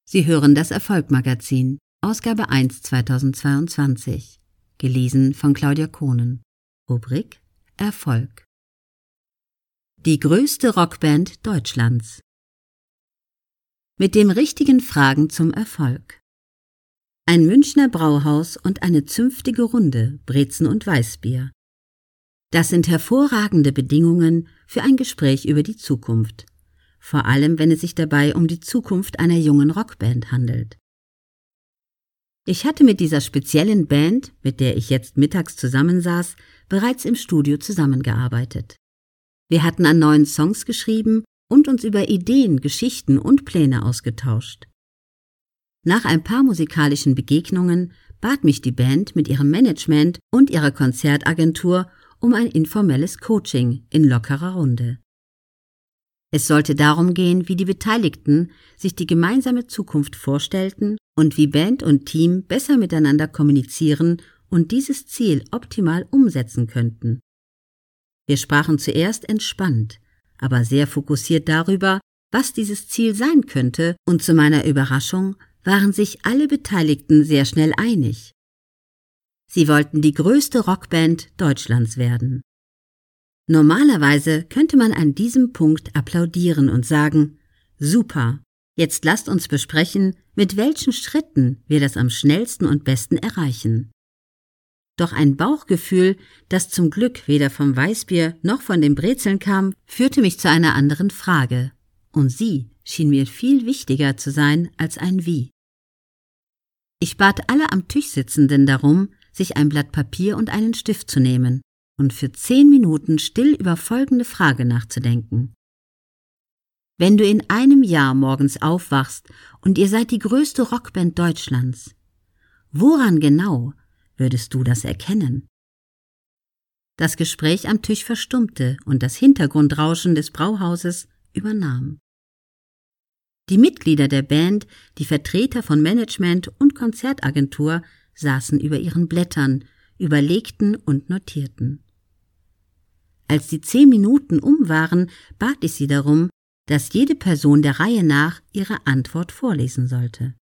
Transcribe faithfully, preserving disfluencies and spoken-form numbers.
Sie hören das Erfolg-Magazin, Ausgabe eins zweitausendzweiundzwanzig, gelesen von Claudia Kohnen. Rubrik Erfolg. Die größte Rockband Deutschlands. Mit den richtigen Fragen zum Erfolg. Ein Münchner Brauhaus und eine zünftige Runde Brezen und Weißbier. Das sind hervorragende Bedingungen für ein Gespräch über die Zukunft. Vor allem, wenn es sich dabei um die Zukunft einer jungen Rockband handelt. Ich hatte mit dieser speziellen Band, mit der ich jetzt mittags zusammensaß, bereits im Studio zusammengearbeitet. Wir hatten an neuen Songs geschrieben und uns über Ideen, Geschichten und Pläne ausgetauscht. Nach ein paar musikalischen Begegnungen bat mich die Band mit ihrem Management und ihrer Konzertagentur um ein informelles Coaching in lockerer Runde. Es sollte darum gehen, wie die Beteiligten sich die gemeinsame Zukunft vorstellten und wie Band und Team besser miteinander kommunizieren und dieses Ziel optimal umsetzen könnten. Wir sprachen zuerst entspannt, aber sehr fokussiert darüber, was dieses Ziel sein könnte, und zu meiner Überraschung waren sich alle Beteiligten sehr schnell einig. Sie wollten die größte Rockband Deutschlands werden. Normalerweise könnte man an diesem Punkt applaudieren und sagen, super, jetzt lasst uns besprechen, mit welchen Schritten wir das am schnellsten und besten erreichen. Doch ein Bauchgefühl, das zum Glück weder vom Weißbier noch von den Brezeln kam, führte mich zu einer anderen Frage. Und sie schien mir viel wichtiger zu sein als ein Wie. Ich bat alle am Tisch Sitzenden darum, sich ein Blatt Papier und einen Stift zu nehmen und für zehn Minuten still über folgende Frage nachzudenken. Wenn du in einem Jahr morgens aufwachst und ihr seid die größte Rockband Deutschlands, woran genau würdest du das erkennen? Das Gespräch am Tisch verstummte und das Hintergrundrauschen des Brauhauses übernahm. Die Mitglieder der Band, die Vertreter von Management und Konzertagentur saßen über ihren Blättern, überlegten und notierten. Als die zehn Minuten um waren, bat ich sie darum, dass jede Person der Reihe nach ihre Antwort vorlesen sollte.